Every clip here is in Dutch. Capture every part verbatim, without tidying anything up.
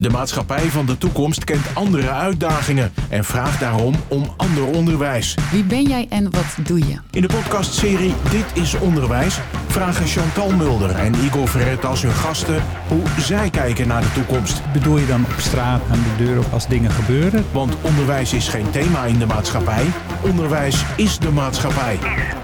De maatschappij van de toekomst kent andere uitdagingen en vraagt daarom om ander onderwijs. Wie ben jij en wat doe je? In de podcastserie Dit is Onderwijs vragen Chantal Mulder en Igor Verret als hun gasten hoe zij kijken naar de toekomst. Bedoel je dan op straat, aan de deur of als dingen gebeuren? Want onderwijs is geen thema in de maatschappij. Onderwijs is de maatschappij.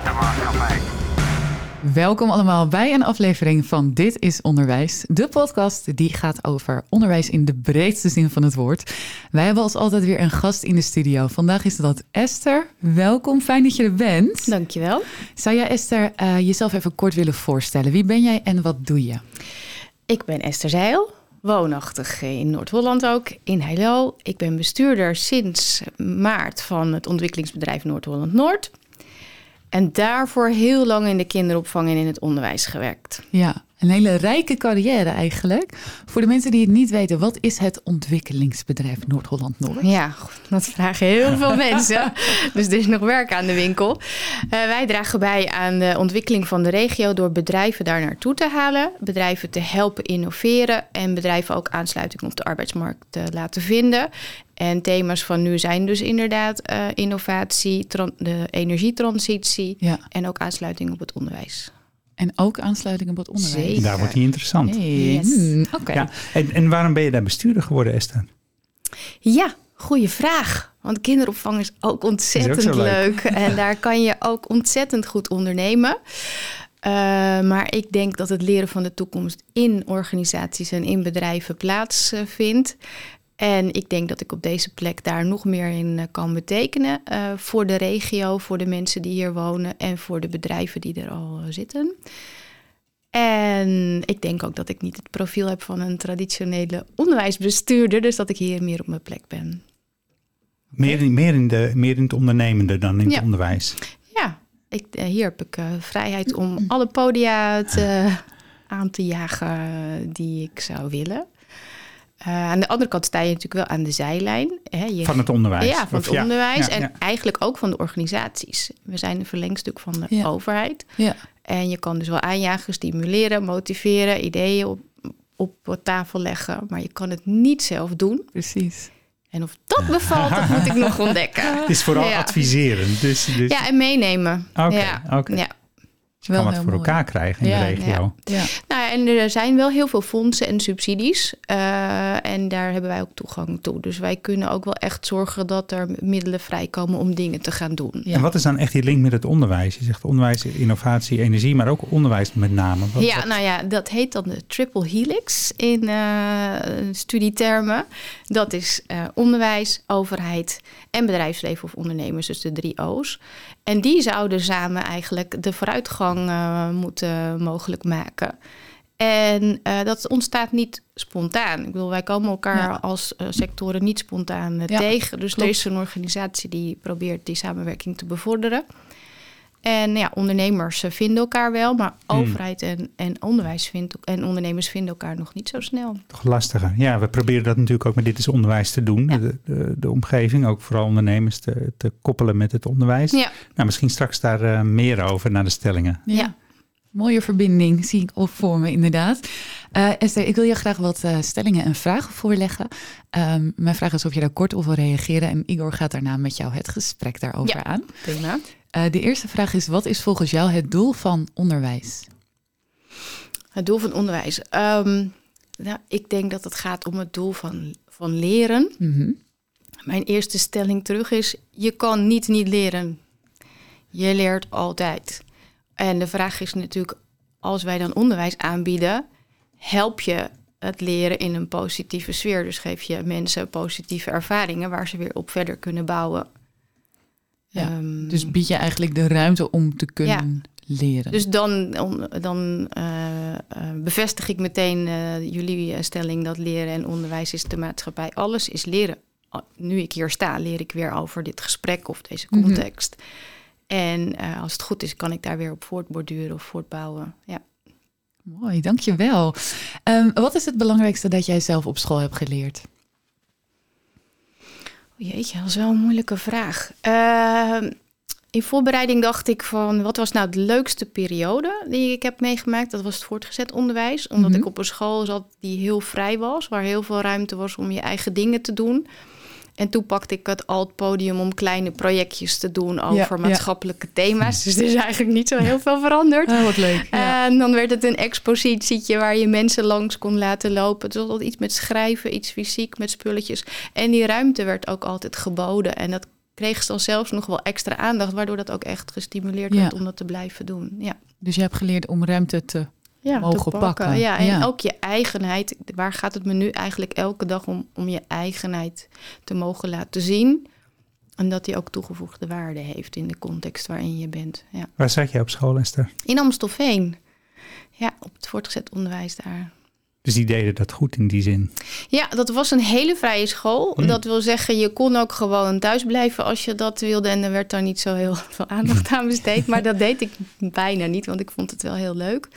Welkom allemaal bij een aflevering van Dit is Onderwijs. De podcast die gaat over onderwijs in de breedste zin van het woord. Wij hebben als altijd weer een gast in de studio. Vandaag is dat Esther. Welkom, fijn dat je er bent. Dankjewel. Zou jij Esther uh, jezelf even kort willen voorstellen? Wie ben jij en wat doe je? Ik ben Esther Zeil, woonachtig in Noord-Holland ook, in Heilo. Ik ben bestuurder sinds maart van het ontwikkelingsbedrijf Noord-Holland Noord. En daarvoor heel lang in de kinderopvang en in het onderwijs gewerkt. Ja, een hele rijke carrière eigenlijk. Voor de mensen die het niet weten, wat is het ontwikkelingsbedrijf Noord-Holland Noord? Ja, dat vragen heel veel mensen. Dus er is nog werk aan de winkel. Uh, wij dragen bij aan de ontwikkeling van de regio door bedrijven daar naartoe te halen. Bedrijven te helpen innoveren en bedrijven ook aansluiting op de arbeidsmarkt te laten vinden. En thema's van nu zijn dus inderdaad uh, innovatie, tran- de energietransitie ja. en ook aansluiting op het onderwijs. En ook aansluiting op het onderwijs. Zeker. Daar wordt hij interessant. Hey. Yes. Hmm, Oké. Okay. Ja, en, en waarom ben je daar bestuurder geworden, Esther? Ja, goede vraag. Want kinderopvang is ook ontzettend is ook leuk. leuk. En daar kan je ook ontzettend goed ondernemen. Uh, maar ik denk dat het leren van de toekomst in organisaties en in bedrijven plaatsvindt. Uh, En ik denk dat ik op deze plek daar nog meer in kan betekenen. Uh, voor de regio, voor de mensen die hier wonen en voor de bedrijven die er al zitten. En ik denk ook dat ik niet het profiel heb van een traditionele onderwijsbestuurder. Dus dat ik hier meer op mijn plek ben. Meer in, meer in, de, meer in het ondernemende dan in ja. het onderwijs? Ja, ik, uh, hier heb ik uh, vrijheid om alle podia te, aan te jagen die ik zou willen. Uh, aan de andere kant sta je natuurlijk wel aan de zijlijn. Hè. Je, van het onderwijs? Ja, van het of, onderwijs. Ja, ja, ja. En eigenlijk ook van de organisaties. We zijn een verlengstuk van de ja. overheid. Ja. En je kan dus wel aanjagen, stimuleren, motiveren, ideeën op, op tafel leggen. Maar je kan het niet zelf doen. Precies. En of dat bevalt, dat moet ik nog ontdekken. Het is vooral ja. adviseren. Dus, dus... Ja, en meenemen. Oké, okay, ja. okay. ja. Je kan wat voor mooi. elkaar krijgen in ja, de regio. Ja. Ja. Nou ja, en er zijn wel heel veel fondsen en subsidies. Uh, en daar hebben wij ook toegang toe. Dus wij kunnen ook wel echt zorgen dat er middelen vrijkomen om dingen te gaan doen. Ja. En wat is dan echt die link met het onderwijs? Je zegt onderwijs, innovatie, energie, maar ook onderwijs met name. Wat, ja, wat... nou ja, dat heet dan de triple helix in uh, studietermen. Dat is uh, onderwijs, overheid en bedrijfsleven of ondernemers. Dus de drie O's. En die zouden samen eigenlijk de vooruitgang uh, moeten mogelijk maken. En uh, dat ontstaat niet spontaan. Ik bedoel, wij komen elkaar ja. als uh, sectoren niet spontaan uh, ja, tegen. Dus klopt. Er is een organisatie die probeert die samenwerking te bevorderen. En ja, ondernemers uh, vinden elkaar wel, maar hmm. overheid en, en onderwijs vindt, en ondernemers vinden elkaar nog niet zo snel. Toch lastiger. Ja, we proberen dat natuurlijk ook met Dit is Onderwijs te doen. Ja. De, de, de omgeving, ook vooral ondernemers te, te koppelen met het onderwijs. Ja. Nou, misschien straks daar uh, meer over naar de stellingen. Ja. ja. Mooie verbinding zie ik op voor me, inderdaad. Uh, Esther, ik wil je graag wat uh, stellingen en vragen voorleggen. Um, mijn vraag is of je daar kort op wil reageren. En Igor gaat daarna met jou het gesprek daarover ja, aan. Prima. Uh, de eerste vraag is, wat is volgens jou het doel van onderwijs? Het doel van onderwijs? Um, nou, ik denk dat het gaat om het doel van, van leren. Mm-hmm. Mijn eerste stelling terug is, je kan niet niet leren. Je leert altijd. En de vraag is natuurlijk, als wij dan onderwijs aanbieden, help je het leren in een positieve sfeer. Dus geef je mensen positieve ervaringen waar ze weer op verder kunnen bouwen. Ja, um, dus bied je eigenlijk de ruimte om te kunnen ja. leren. Dus dan, dan uh, uh, bevestig ik meteen uh, jullie stelling dat leren en onderwijs is de maatschappij. Alles is leren. Nu ik hier sta, leer ik weer over dit gesprek of deze context. Mm-hmm. En uh, als het goed is, kan ik daar weer op voortborduren of voortbouwen. Ja. Mooi, dankjewel. Um, wat is het belangrijkste dat jij zelf op school hebt geleerd? Oh jeetje, dat is wel een moeilijke vraag. Uh, in voorbereiding dacht ik van... wat was nou de leukste periode die ik heb meegemaakt? Dat was het voortgezet onderwijs. Omdat Mm-hmm. ik op een school zat die heel vrij was. Waar heel veel ruimte was om je eigen dingen te doen. En toen pakte ik het alt podium om kleine projectjes te doen... over Ja, maatschappelijke ja. thema's. Dus er is eigenlijk niet zo heel veel veranderd. Oh, wat leuk. Ja. En dan werd het een expositietje waar je mensen langs kon laten lopen. Het was altijd iets met schrijven, iets fysiek, met spulletjes. En die ruimte werd ook altijd geboden. En dat kreeg dan zelfs nog wel extra aandacht... waardoor dat ook echt gestimuleerd ja. werd om dat te blijven doen. Ja. Dus je hebt geleerd om ruimte te Ja, mogen te pakken. pakken. Ja, en Ja. ook je eigenheid. Waar gaat het me nu eigenlijk elke dag om, om je eigenheid te mogen laten zien? En dat die ook toegevoegde waarde heeft in de context waarin je bent. Ja. Waar zat jij op school, Esther? In Amstelveen. Ja, op het voortgezet onderwijs daar. Dus die deden dat goed in die zin? Ja, dat was een hele vrije school. Mm. Dat wil zeggen, je kon ook gewoon thuis blijven als je dat wilde. En er werd daar niet zo heel veel aandacht aan besteed. Maar dat deed ik bijna niet, want ik vond het wel heel leuk.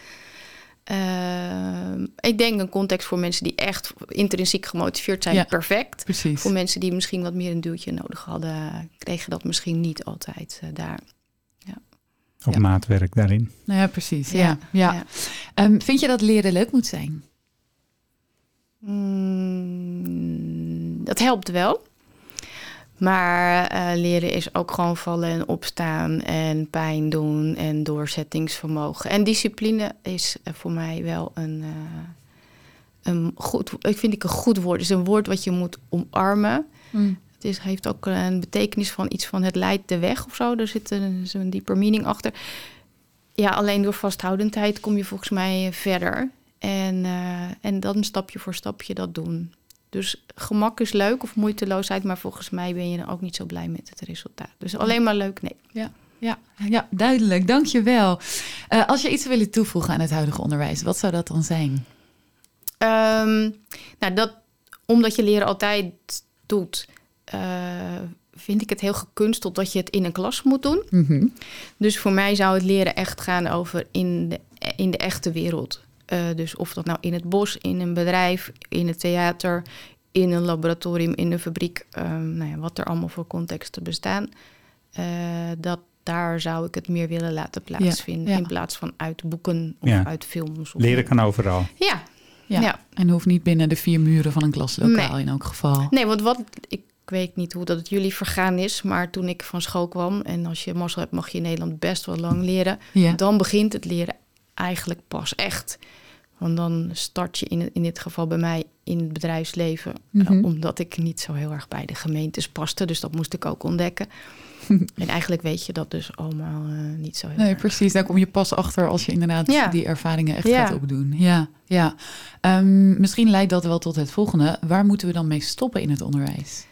Uh, ik denk een context voor mensen die echt intrinsiek gemotiveerd zijn, ja, perfect. Precies. Voor mensen die misschien wat meer een duwtje nodig hadden, kregen dat misschien niet altijd uh, daar. Ja. Op ja. maatwerk daarin. Nou ja, precies. Ja. Ja, Ja. ja. Um, vind je dat leren leuk moet zijn? Mm, dat helpt wel. Maar uh, leren is ook gewoon vallen en opstaan en pijn doen en doorzettingsvermogen. En discipline is uh, voor mij wel een, uh, een goed, ik vind ik een goed woord. Het is een woord wat je moet omarmen. Mm. Het is, heeft ook een betekenis van iets van het leidt de weg of zo. Er zit een, een dieper meaning achter. Ja, alleen door vasthoudendheid kom je volgens mij verder. En, uh, en dan stapje voor stapje dat doen. Dus gemak is leuk of moeiteloosheid, maar volgens mij ben je dan ook niet zo blij met het resultaat. Dus alleen maar leuk, nee. Ja, ja, ja, duidelijk. Dank je wel. Uh, als je iets wil willen toevoegen aan het huidige onderwijs, wat zou dat dan zijn? Um, nou, dat, omdat je leren altijd doet, uh, vind ik het heel gekunsteld dat je het in een klas moet doen. Mm-hmm. Dus voor mij zou het leren echt gaan over in de, in de echte wereld. Uh, dus of dat nou in het bos, in een bedrijf, in het theater, in een laboratorium, in een fabriek, um, nou ja, wat er allemaal voor contexten bestaan, uh, dat daar zou ik het meer willen laten plaatsvinden. Ja, ja. In plaats van uit boeken of ja. uit films. Of leren kan overal. Ja. ja. ja. En hoeft niet binnen de vier muren van een klaslokaal nee. in elk geval. Nee, want wat ik weet niet hoe dat het jullie vergaan is, maar toen ik van school kwam, en als je mazzel hebt mag je in Nederland best wel lang leren, ja. dan begint het leren eigenlijk pas echt. Want dan start je in, in dit geval bij mij in het bedrijfsleven. Mm-hmm. Uh, omdat ik niet zo heel erg bij de gemeentes paste. Dus dat moest ik ook ontdekken. En eigenlijk weet je dat dus allemaal uh, niet zo heel nee, erg. Precies, daar kom je pas achter als je inderdaad ja. die ervaringen echt ja. gaat opdoen. Ja, ja. Um, misschien leidt dat wel tot het volgende. Waar moeten we dan mee stoppen in het onderwijs?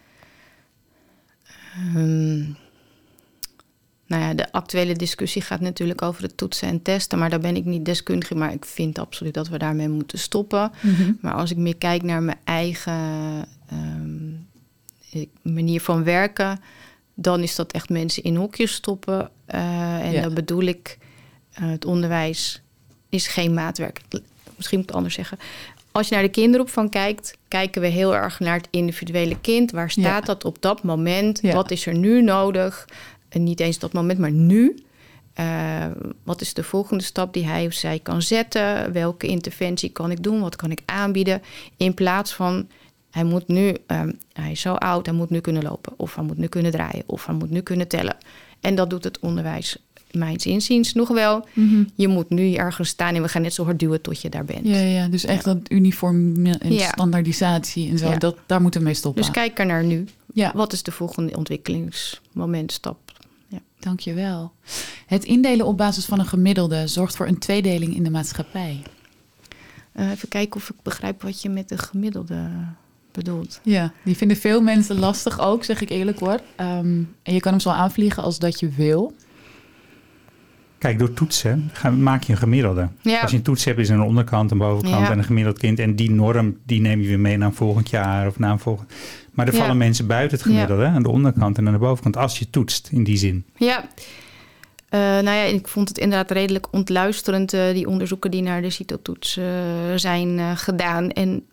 Um, Nou ja, de actuele discussie gaat natuurlijk over het toetsen en testen. Maar daar ben ik niet deskundig in. Maar ik vind absoluut dat we daarmee moeten stoppen. Mm-hmm. Maar als ik meer kijk naar mijn eigen um, manier van werken, dan is dat echt mensen in hokjes stoppen. Uh, en ja. dan bedoel ik, uh, het onderwijs is geen maatwerk. Misschien moet ik het anders zeggen. Als je naar de kinderopvang kijkt, kijken we heel erg naar het individuele kind. Waar staat ja. dat op dat moment? Ja. Wat is er nu nodig? En niet eens dat moment, maar nu. Uh, wat is de volgende stap die hij of zij kan zetten? Welke interventie kan ik doen? Wat kan ik aanbieden? In plaats van, hij moet nu, um, hij is zo oud, hij moet nu kunnen lopen. Of hij moet nu kunnen draaien. Of hij moet nu kunnen tellen. En dat doet het onderwijs, mijns inziens, nog wel. Mm-hmm. Je moet nu ergens staan en we gaan net zo hard duwen tot je daar bent. Ja, ja dus echt ja. dat uniform en ja. standaardisatie en zo. Ja. Dat, daar moeten we mee stoppen. Dus kijk er naar nu. Ja. Wat is de volgende ontwikkelingsmoment, stap? Ja. Dank je wel. Het indelen op basis van een gemiddelde zorgt voor een tweedeling in de maatschappij. Uh, even kijken of ik begrijp wat je met een gemiddelde bedoelt. Ja, die vinden veel mensen lastig ook, zeg ik eerlijk hoor. Um, en je kan hem zo aanvliegen als dat je wil. Kijk, door toetsen maak je een gemiddelde. Ja. Als je een toets hebt, is er een onderkant, een bovenkant ja. en een gemiddeld kind. En die norm, die neem je weer mee naar een volgend jaar of naar een volgend. Maar er vallen ja. mensen buiten het gemiddelde, ja. aan de onderkant en aan de bovenkant, als je toetst in die zin. Ja, uh, nou ja, ik vond het inderdaad redelijk ontluisterend, uh, die onderzoeken die naar de CITO-toets uh, zijn uh, gedaan. En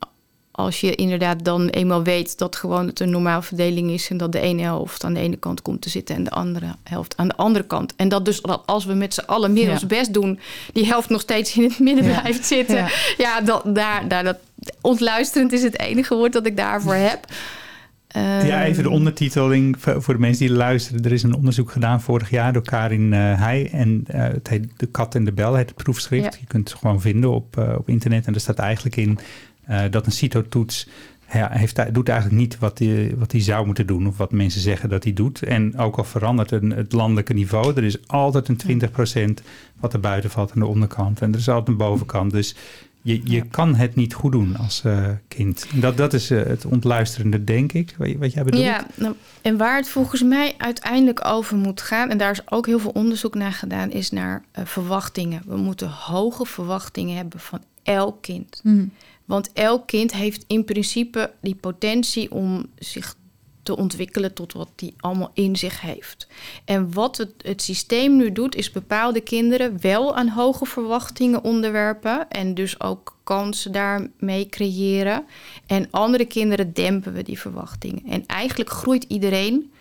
als je inderdaad dan eenmaal weet dat gewoon het een normaal verdeling is en dat de ene helft aan de ene kant komt te zitten en de andere helft aan de andere kant. En dat dus dat als we met z'n allen meer ons ja. best doen, die helft nog steeds in het midden Ja. blijft zitten. Ja, ja dat, daar, daar, dat, ontluisterend is het enige woord dat ik daarvoor heb. Um, ja, even de ondertiteling voor de mensen die luisteren. Er is een onderzoek gedaan vorig jaar door Karin uh, Heij. En uh, het heet De Kat en de Bel, het proefschrift. Ja. Je kunt het gewoon vinden op, uh, op internet. En er staat eigenlijk in uh, dat een CITO-toets ja, heeft, doet eigenlijk niet wat hij wat die zou moeten doen. Of wat mensen zeggen dat hij doet. En ook al verandert een, het landelijke niveau. Er is altijd een twintig procent wat er buiten valt aan de onderkant. En er is altijd een bovenkant. Dus je, je ja. kan het niet goed doen als uh, kind. Dat, dat is uh, het ontluisterende, denk ik. Wat, wat jij bedoelt. Ja, nou, en waar het volgens mij uiteindelijk over moet gaan, en daar is ook heel veel onderzoek naar gedaan, is naar uh, verwachtingen. We moeten hoge verwachtingen hebben van elk kind. Mm. Want elk kind heeft in principe die potentie om zich te ontwikkelen tot wat die allemaal in zich heeft. En wat het, het systeem nu doet, is bepaalde kinderen wel aan hoge verwachtingen onderwerpen en dus ook kansen daarmee creëren. En andere kinderen dempen we die verwachtingen. En eigenlijk groeit iedereen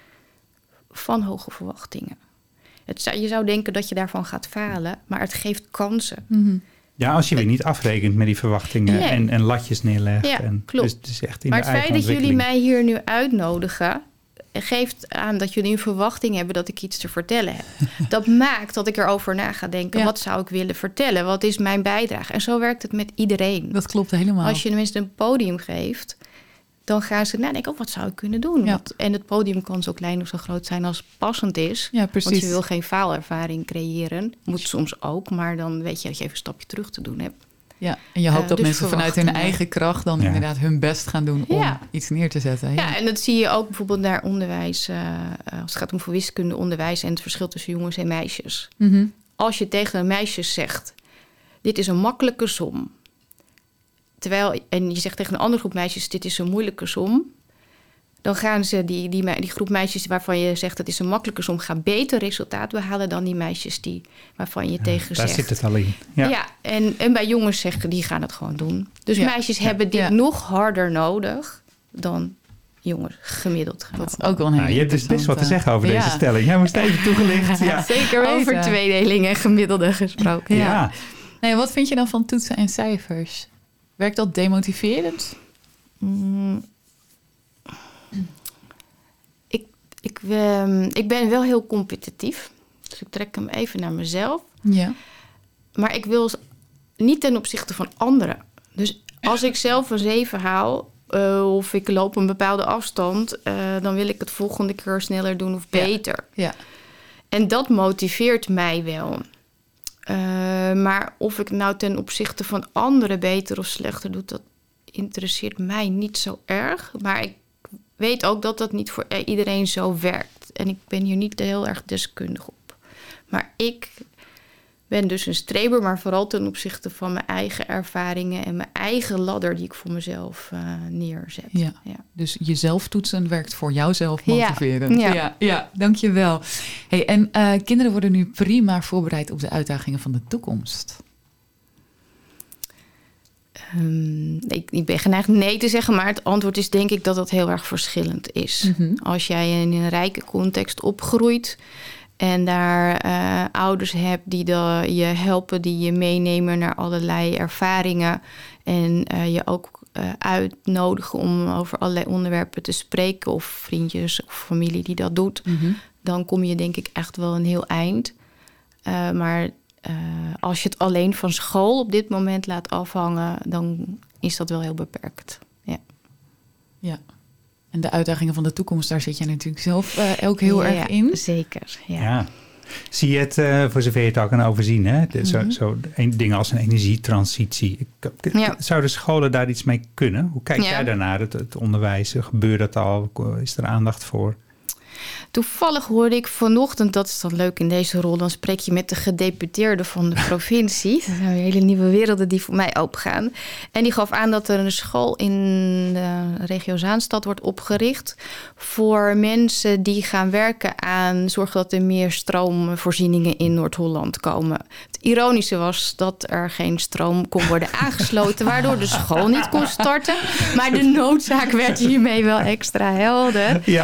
van hoge verwachtingen. Het zou, je zou denken dat je daarvan gaat falen, maar het geeft kansen. Mm-hmm. Ja, als je weer niet afrekent met die verwachtingen nee. en, en latjes neerlegt. Ja, en, klopt. Dus het is echt in maar de het eigen feit dat jullie mij hier nu uitnodigen, geeft aan dat jullie een verwachting hebben dat ik iets te vertellen heb. Dat maakt dat ik erover na ga denken. Ja. Wat zou ik willen vertellen? Wat is mijn bijdrage? En zo werkt het met iedereen. Dat klopt helemaal. Als je de mensen een podium geeft, dan gaan ze nadenken, oh, wat zou ik kunnen doen? Ja. Wat, en het podium kan zo klein of zo groot zijn als passend is. Ja, precies. Want je wil geen faalervaring creëren. Moet soms ook, maar dan weet je dat je even een stapje terug te doen hebt. Ja, en je hoopt uh, dat dus mensen vanuit hun eigen kracht dan ja. inderdaad hun best gaan doen om ja. iets neer te zetten. Ja. ja, en dat zie je ook bijvoorbeeld naar onderwijs. Uh, als het gaat om voor wiskunde onderwijs en het verschil tussen jongens en meisjes. Mm-hmm. Als je tegen een meisje zegt, dit is een makkelijke som. Terwijl, en je zegt tegen een andere groep meisjes, dit is een moeilijke som. Dan gaan ze, die, die, die groep meisjes waarvan je zegt dat is een makkelijke som, gaan beter resultaat behalen dan die meisjes die, waarvan je ja, tegen daar zegt. Daar zit het al in. Ja, ja en, en bij jongens zeggen, die gaan het gewoon doen. Dus ja, meisjes ja, hebben dit ja. nog harder nodig dan jongens gemiddeld gaan. Dat is ook wel een hele nou, je hebt dus best wat te zeggen over ja. deze stelling. Jij moest even toegelicht. Ja. Zeker weten. Over tweedeling en gemiddelde gesproken. Ja. ja. Nee, wat vind je dan van toetsen en cijfers? Werkt dat demotiverend? Mm. Ik, ik, uh, ik ben wel heel competitief. Dus ik trek hem even naar mezelf. Ja. Maar ik wil niet ten opzichte van anderen. Dus als ik zelf een zeven haal, Uh, of ik loop een bepaalde afstand, uh, dan wil ik het volgende keer sneller doen of beter. Ja. Ja. En dat motiveert mij wel. Uh, maar of ik nou ten opzichte van anderen beter of slechter doe, dat interesseert mij niet zo erg. Maar ik weet ook dat dat niet voor iedereen zo werkt. En ik ben hier niet heel erg deskundig op. Maar ik ben dus een streber, maar vooral ten opzichte van mijn eigen ervaringen en mijn eigen ladder die ik voor mezelf uh, neerzet. Ja. Ja. Dus jezelf toetsen werkt voor jouzelf motiverend. Ja, ja. ja, ja dankjewel. Hey, en uh, kinderen worden nu prima voorbereid op de uitdagingen van de toekomst. Um, ik, ik ben geneigd nee te zeggen, maar het antwoord is denk ik dat dat heel erg verschillend is. Mm-hmm. Als jij in een rijke context opgroeit en daar uh, ouders hebt die de, je helpen, die je meenemen naar allerlei ervaringen en uh, je ook uh, uitnodigen om over allerlei onderwerpen te spreken of vriendjes of familie die dat doet, mm-hmm. dan kom je denk ik echt wel een heel eind. Uh, maar uh, als je het alleen van school op dit moment laat afhangen, dan is dat wel heel beperkt. Ja. Ja. En de uitdagingen van de toekomst, daar zit je natuurlijk zelf uh, ook heel ja, erg in. Zeker, ja. ja. Zie je het, uh, voor zover je het al kan overzien, hè? De, mm-hmm. zo, zo een, dingen als een energietransitie. Ik, ja. Zouden scholen daar iets mee kunnen? Hoe kijk ja. jij daarnaar, het, het onderwijs? Gebeurt dat al? Is er aandacht voor? Toevallig hoorde ik vanochtend, dat is dan leuk in deze rol, dan spreek je met de gedeputeerde van de provincie. Dat zijn weer hele nieuwe werelden die voor mij opengaan. En die gaf aan dat er een school in de regio Zaanstad wordt opgericht voor mensen die gaan werken aan zorgen dat er meer stroomvoorzieningen in Noord-Holland komen. Het ironische was dat er geen stroom kon worden aangesloten, waardoor de school niet kon starten. Maar de noodzaak werd hiermee wel extra helder. Ja.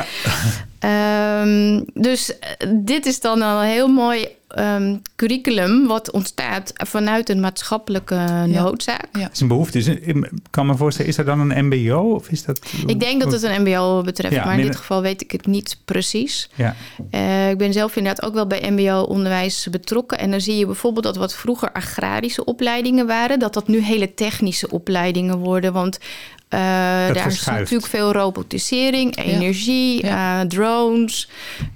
Um, dus dit is dan al een heel mooi um, curriculum wat ontstaat vanuit een maatschappelijke noodzaak. Ja. Ja. is een behoefte. Is een, kan me voorstellen, is er dan een mbo? Of is dat... Ik denk dat het een mbo betreft, ja, maar in dit geval weet ik het niet precies. Ja. Uh, ik ben zelf inderdaad ook wel bij mbo-onderwijs betrokken. En dan zie je bijvoorbeeld dat wat vroeger agrarische opleidingen waren, dat dat nu hele technische opleidingen worden. Want Uh, daar is natuurlijk veel robotisering, energie, ja. uh, drones,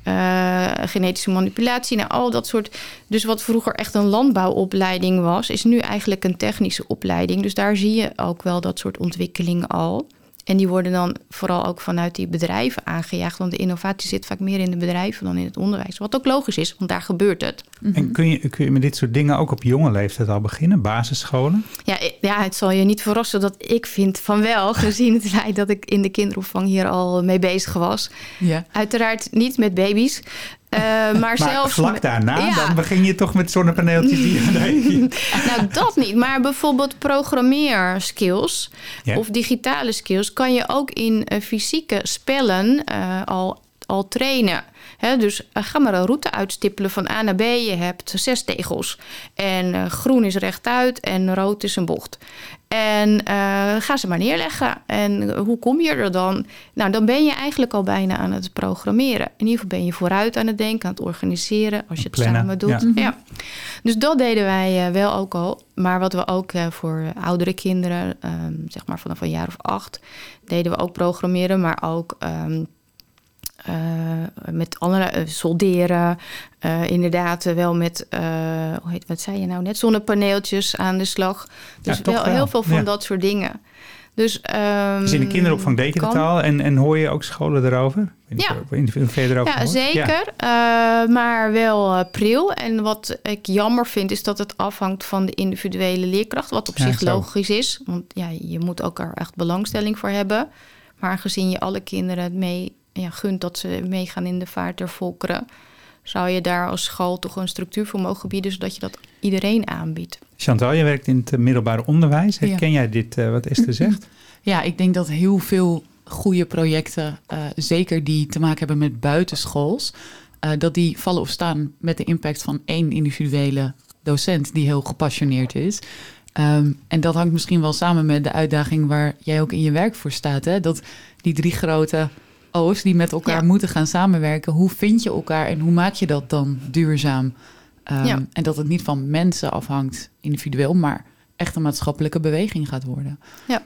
uh, genetische manipulatie, nou, al dat soort. Dus wat vroeger echt een landbouwopleiding was, is nu eigenlijk een technische opleiding. Dus daar zie je ook wel dat soort ontwikkelingen al. En die worden dan vooral ook vanuit die bedrijven aangejaagd. Want de innovatie zit vaak meer in de bedrijven dan in het onderwijs. Wat ook logisch is, want daar gebeurt het. En kun je, kun je met dit soort dingen ook op jonge leeftijd al beginnen? Basisscholen? Ja, ja, het zal je niet verrassen dat ik vind van wel. Gezien het feit dat ik in de kinderopvang hier al mee bezig was. Ja. Uiteraard niet met baby's. Uh, maar maar zelfs vlak daarna, ja. dan begin je toch met zonnepaneeltjes. Die, nee. Nou, dat niet. Maar bijvoorbeeld programmeerskills ja. of digitale skills kan je ook in uh, fysieke spellen uh, al, al trainen. He, dus uh, ga maar een route uitstippelen van A naar B. Je hebt zes tegels. En uh, groen is rechtuit en rood is een bocht. En uh, ga ze maar neerleggen. En uh, hoe kom je er dan? Nou, dan ben je eigenlijk al bijna aan het programmeren. In ieder geval ben je vooruit aan het denken, aan het organiseren. Als je het Plannen, samen doet. Ja. Ja. Dus dat deden wij uh, wel ook al. Maar wat we ook uh, voor uh, oudere kinderen, um, zeg maar vanaf een jaar of acht, deden we ook programmeren. Maar ook Um, Uh, met andere uh, solderen, uh, inderdaad uh, wel met, uh, hoe heet, wat zei je nou net, zonnepaneeltjes aan de slag. Dus ja, wel, wel heel veel van ja. dat soort dingen. Dus, um, dus in de kinderopvang deed je het al en, en hoor je ook scholen erover? Ja, verder over ja zeker. Ja. Uh, maar wel uh, pril. En wat ik jammer vind is dat het afhangt van de individuele leerkracht. Wat op ja, zich zo. logisch is. Want ja, je moet ook er echt belangstelling voor hebben. Maar gezien je alle kinderen mee ja, gunt dat ze meegaan in de vaart der volkeren, zou je daar als school toch een structuur voor mogen bieden, zodat je dat iedereen aanbiedt. Chantal, je werkt in het middelbare onderwijs. Herken ja. jij dit, uh, wat Esther zegt? Ja, ik denk dat heel veel goede projecten, uh, zeker die te maken hebben met buitenschools, uh, dat die vallen of staan met de impact van één individuele docent die heel gepassioneerd is. Um, en dat hangt misschien wel samen met de uitdaging waar jij ook in je werk voor staat. Hè? Dat die drie grote O's die met elkaar ja. moeten gaan samenwerken. Hoe vind je elkaar en hoe maak je dat dan duurzaam? Um, ja. En dat het niet van mensen afhangt individueel, maar echt een maatschappelijke beweging gaat worden. Ja.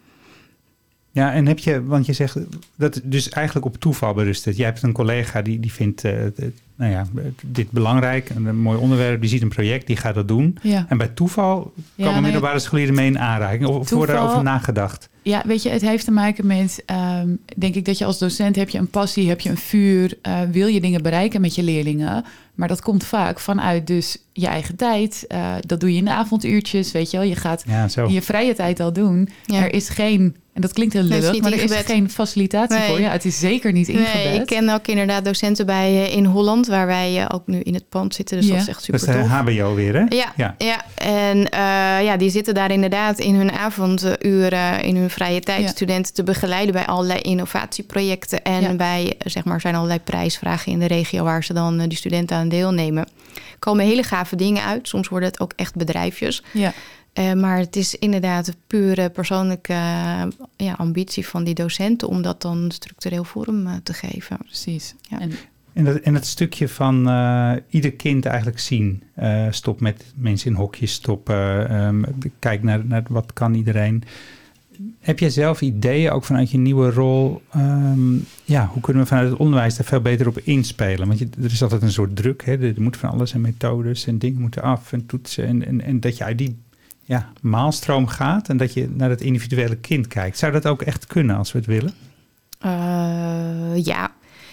Ja, en heb je, want je zegt dat het dus eigenlijk op toeval berust. Jij hebt een collega die, die vindt uh, nou ja, dit belangrijk, een mooi onderwerp, die ziet een project, die gaat dat doen. Ja. En bij toeval ja, komen nee, middelbare scholieren mee in aanraking. Of toeval, wordt erover nagedacht? Ja, weet je, het heeft te maken met, um, denk ik dat je als docent heb je een passie, heb je een vuur, uh, wil je dingen bereiken met je leerlingen. Maar dat komt vaak vanuit dus je eigen tijd. Uh, dat doe je in de avonduurtjes, weet je wel. Je gaat ja, in je vrije tijd al doen. Ja. Er is geen, en dat klinkt heel lullig, maar er is geen facilitatie nee. voor je. Het is zeker niet ingebed. Nee, ik ken ook inderdaad docenten bij uh, in Holland, waar wij uh, ook nu in het pand zitten. Dus ja. dat is echt super tof. Dat is de H B O weer, hè? Ja, ja. ja. en uh, ja, die zitten daar inderdaad in hun avonduren, in hun vrije tijd, ja. studenten te begeleiden bij allerlei innovatieprojecten. En ja. bij, zeg maar, zijn allerlei prijsvragen in de regio waar ze dan uh, die studenten aan deelnemen. Er komen hele gave dingen uit. Soms worden het ook echt bedrijfjes. Ja. Uh, maar het is inderdaad een pure persoonlijke uh, ja, ambitie van die docenten om dat dan structureel vorm uh, te geven. Precies. Ja. En, en, dat, en dat stukje van uh, ieder kind eigenlijk zien. Uh, stop met mensen in hokjes stoppen. Um, kijk naar, naar wat kan iedereen. Heb jij zelf ideeën, ook vanuit je nieuwe rol? Um, ja, hoe kunnen we vanuit het onderwijs daar veel beter op inspelen? Want je, er is altijd een soort druk. Hè? Er moet van alles en methodes en dingen moeten af en toetsen. En, en, en dat je uit die ja, maalstroom gaat en dat je naar het individuele kind kijkt. Zou dat ook echt kunnen als we het willen? Uh, ja.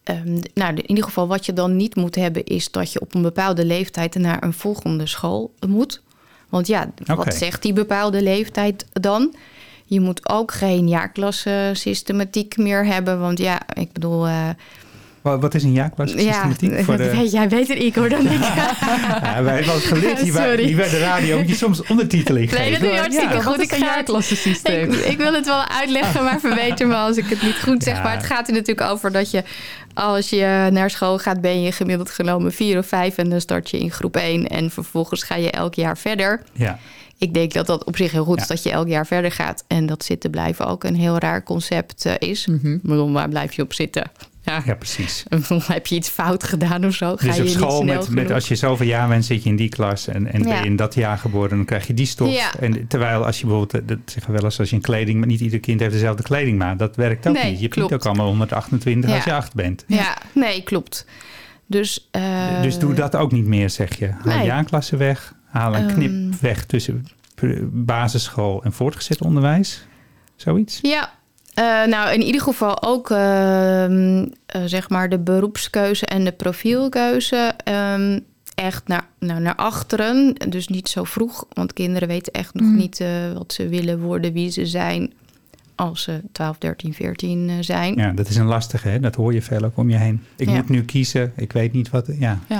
Um, nou, in ieder geval wat je dan niet moet hebben... is dat je op een bepaalde leeftijd naar een volgende school moet. Want ja, okay. Wat zegt die bepaalde leeftijd dan? Je moet ook geen jaarklasse systematiek meer hebben. Want ja, ik bedoel... Uh, Wat is een jaarklasse systematiek? Ja, voor de... weet, jij weet het, Igor, dan ik. Ja, wij hebben het geleerd hier bij, hier bij de radio. Moet je soms ondertiteling geven. Nee, dat doe je hartstikke ja, goed. Ik een jaarklasse systeem. Ik, ik wil het wel uitleggen, maar verbeter me als ik het niet goed zeg. Ja. Maar het gaat er natuurlijk over dat je... als je naar school gaat, ben je gemiddeld genomen vier of vijf... en dan start je in groep één en vervolgens ga je elk jaar verder. Ja. Ik denk dat dat op zich heel goed is ja. dat je elk jaar verder gaat. En dat zitten blijven ook een heel raar concept uh, is. Mm-hmm. Maar waar blijf je op zitten? Ja, ja precies. Heb je iets fout gedaan of zo? Ga dus je op school, niet met, met, als je zoveel jaar bent, zit je in die klas... en, en ja. ben je in dat jaar geboren, dan krijg je die stof. Ja. En terwijl als je bijvoorbeeld, dat zeggen we wel eens... als je een kleding, maar niet ieder kind heeft dezelfde kledingmaat. Dat werkt ook nee, niet. Je hebt niet ook allemaal honderdachtentwintig ja. als je acht bent. Ja, ja. nee, klopt. Dus, uh, dus doe dat ook niet meer, zeg je. Haal nee. jaarklassen weg. Haal een um, knip weg tussen basisschool en voortgezet onderwijs. Zoiets? Ja. Uh, nou, in ieder geval ook uh, uh, zeg maar de beroepskeuze en de profielkeuze um, echt naar, nou, naar achteren. Dus niet zo vroeg, want kinderen weten echt nog mm. niet uh, wat ze willen worden, wie ze zijn als ze twaalf, dertien, veertien uh, zijn. Ja, dat is een lastige, hè? Dat hoor je veel ook om je heen. Ik ja. moet nu kiezen, ik weet niet wat... Ja. ja.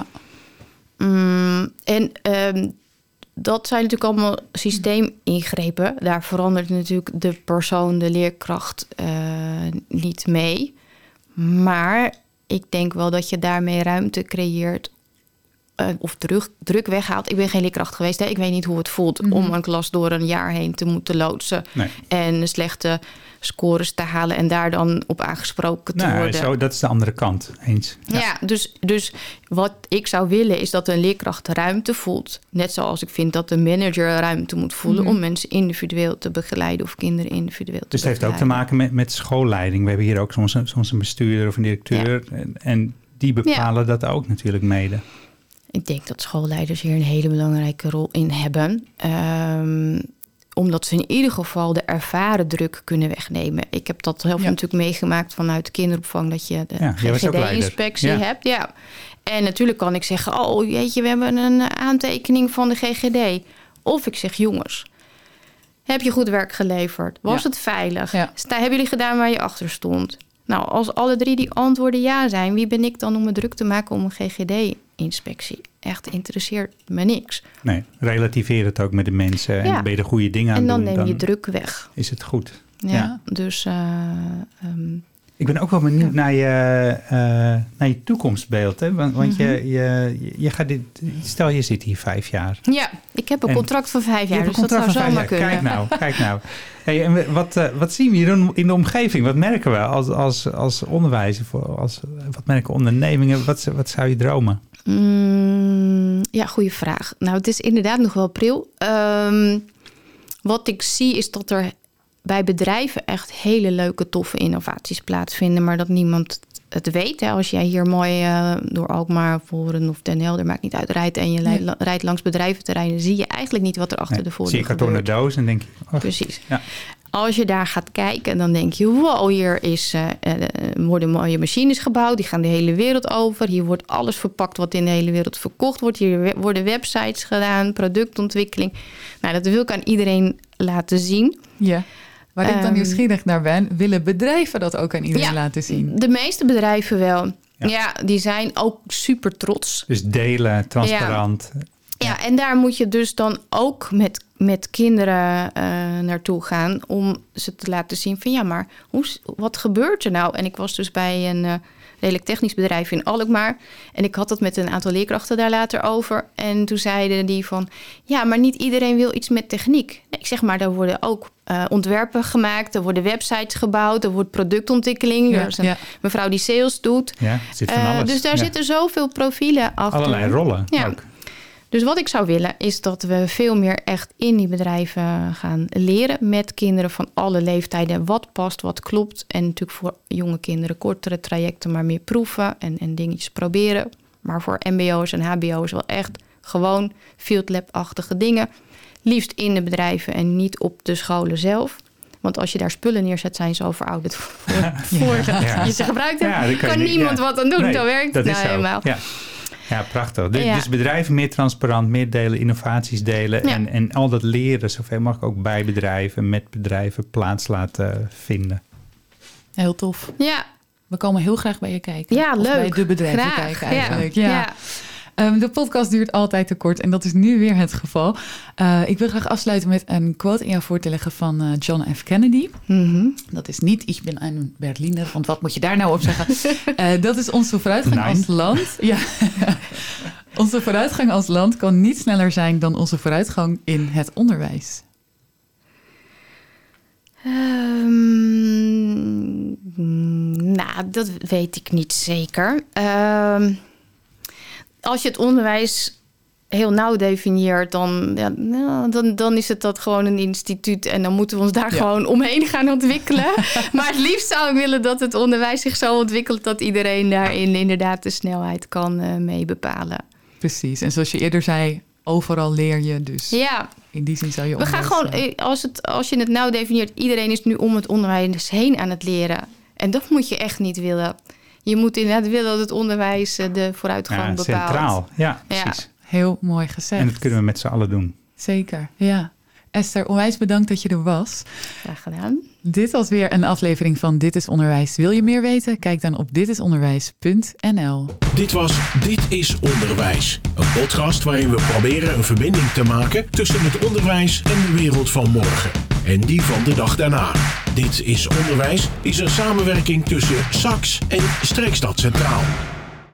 Um, en... Um, Dat zijn natuurlijk allemaal systeemingrepen. Daar verandert natuurlijk de persoon, de leerkracht uh, niet mee. Maar ik denk wel dat je daarmee ruimte creëert uh, of druk, druk weghaalt. Ik ben geen leerkracht geweest. Hè? Ik weet niet hoe het voelt mm-hmm. om een klas door een jaar heen te moeten loodsen. Nee. En slechte scores te halen en daar dan op aangesproken te nou, worden. Zo, dat is de andere kant, eens. Ja, ja dus, dus wat ik zou willen is dat een leerkracht ruimte voelt. Net zoals ik vind dat de manager ruimte moet voelen... Mm-hmm. om mensen individueel te begeleiden of kinderen individueel te dus het begeleiden. heeft ook te maken met, met schoolleiding. We hebben hier ook soms een, soms een bestuurder of een directeur. Ja. En, en die bepalen ja. dat ook natuurlijk mede. Ik denk dat schoolleiders hier een hele belangrijke rol in hebben. Um, omdat ze in ieder geval de ervaren druk kunnen wegnemen. Ik heb dat heel veel ja. natuurlijk meegemaakt vanuit de kinderopvang... dat je de ja, G G D-inspectie ja. hebt. Ja. En natuurlijk kan ik zeggen... oh, jeetje, we hebben een aantekening van de G G D. Of ik zeg, jongens... heb je goed werk geleverd? Was ja. het veilig? Ja. Sta, hebben jullie gedaan waar je achter stond? Nou, als alle drie die antwoorden ja zijn... wie ben ik dan om me druk te maken om een G G D-inspectie? Echt interesseert me niks. Nee, relativeer het ook met de mensen... en ja. ben je de goede dingen aan en dan doen. neem je dan druk weg. Is het goed. Ja, ja. dus... Uh, um, ik ben ook wel benieuwd ja. naar, je, uh, naar je toekomstbeeld. Hè? Want, want mm-hmm. je, je, je gaat dit... Stel, je zit hier vijf jaar. Ja, ik heb een en contract van vijf jaar. Dus dat zou zomaar kunnen. Kijk nou, kijk nou. Hey, en wat, uh, wat zien we hier in de omgeving? Wat merken we als, als, als onderwijzer? Als, wat merken ondernemingen? Wat, wat zou je dromen? Mm, ja, goede vraag. Nou, het is inderdaad nog wel pril. Um, wat ik zie is dat er bij bedrijven echt hele leuke, toffe innovaties plaatsvinden, maar dat niemand het weet. Hè. Als jij hier mooi uh, door Alkmaar, Voren of Den Helder, maakt niet uit, rijdt en je nee. rijdt langs bedrijventerreinen, zie je eigenlijk niet wat er achter nee, de voordeur gebeurt. Zie je kartonnen doos en denk je... Oh, precies. Ja. Als je daar gaat kijken, dan denk je... wow, hier is, uh, uh, worden mooie machines gebouwd. Die gaan de hele wereld over. Hier wordt alles verpakt wat in de hele wereld verkocht wordt. Hier we- worden websites gedaan, productontwikkeling. Nou, dat wil ik aan iedereen laten zien. Ja. Waar ik dan um, nieuwsgierig naar ben... willen bedrijven dat ook aan iedereen ja, laten zien? De meeste bedrijven wel. Ja. ja, die zijn ook super trots. Dus delen, transparant... Ja. Ja, en daar moet je dus dan ook met, met kinderen uh, naartoe gaan... om ze te laten zien van ja, maar hoe, wat gebeurt er nou? En ik was dus bij een uh, redelijk technisch bedrijf in Alkmaar... en ik had het met een aantal leerkrachten daar later over... en toen zeiden die van ja, maar niet iedereen wil iets met techniek. Nee, ik zeg maar, daar worden ook uh, ontwerpen gemaakt... er worden websites gebouwd, er wordt productontwikkeling... Ja, er is een ja. mevrouw die sales doet. Ja, zit van alles. Uh, dus daar ja. zitten zoveel profielen achter. Allerlei rollen ja. ook. Dus wat ik zou willen is dat we veel meer echt in die bedrijven gaan leren... met kinderen van alle leeftijden. Wat past, wat klopt. En natuurlijk voor jonge kinderen kortere trajecten... maar meer proeven en, en dingetjes proberen. Maar voor mbo's en hbo's wel echt gewoon field lab-achtige dingen. Liefst in de bedrijven en niet op de scholen zelf. Want als je daar spullen neerzet, zijn ze al verouderd voor, voor ja. ja. je ze gebruikt hebt. Ja, kan, kan niemand ja. wat aan doen. Nee, zo werkt het nou helemaal. Ja. Ja, prachtig. Dus, ja. dus bedrijven meer transparant, meer delen, innovaties delen. Ja. En, en al dat leren zoveel mogelijk ook bij bedrijven, met bedrijven plaats laten vinden. Heel tof. Ja. We komen heel graag bij je kijken. Ja, of leuk. bij de bedrijven graag. kijken eigenlijk. Ja. ja. ja. Um, de podcast duurt altijd te kort en dat is nu weer het geval. Uh, ik wil graag afsluiten met een quote in jou voor te leggen van uh, John F. Kennedy. Mm-hmm. Dat is niet, ik ben een Berliner, want wat moet je daar nou op zeggen? uh, dat is onze vooruitgang Nein. als land. Ja. Onze vooruitgang als land kan niet sneller zijn dan onze vooruitgang in het onderwijs. Um, nou, dat weet ik niet zeker. Um, als je het onderwijs heel nauw definieert, dan, ja, nou, dan, dan is het dat gewoon een instituut en dan moeten we ons daar ja. gewoon omheen gaan ontwikkelen. Maar het liefst zou ik willen dat het onderwijs zich zo ontwikkelt dat iedereen daarin inderdaad de snelheid kan uh, mee bepalen. Precies. En zoals je eerder zei, overal leer je dus. Ja. In die zin zou je We gaan gewoon, als, het, als je het nou definieert, iedereen is nu om het onderwijs heen aan het leren. En dat moet je echt niet willen. Je moet inderdaad willen dat het onderwijs de vooruitgang ja, bepaalt. Centraal, ja, precies. Ja. Heel mooi gezegd. En dat kunnen we met z'n allen doen. Zeker, ja. Esther, onwijs bedankt dat je er was. Graag gedaan. Dit was weer een aflevering van Dit is Onderwijs. Wil je meer weten? Kijk dan op dit is onderwijs punt n l. Dit was Dit is Onderwijs. Een podcast waarin we proberen een verbinding te maken tussen het onderwijs en de wereld van morgen. En die van de dag daarna. Dit is Onderwijs is een samenwerking tussen S A X en Streekstad Centraal.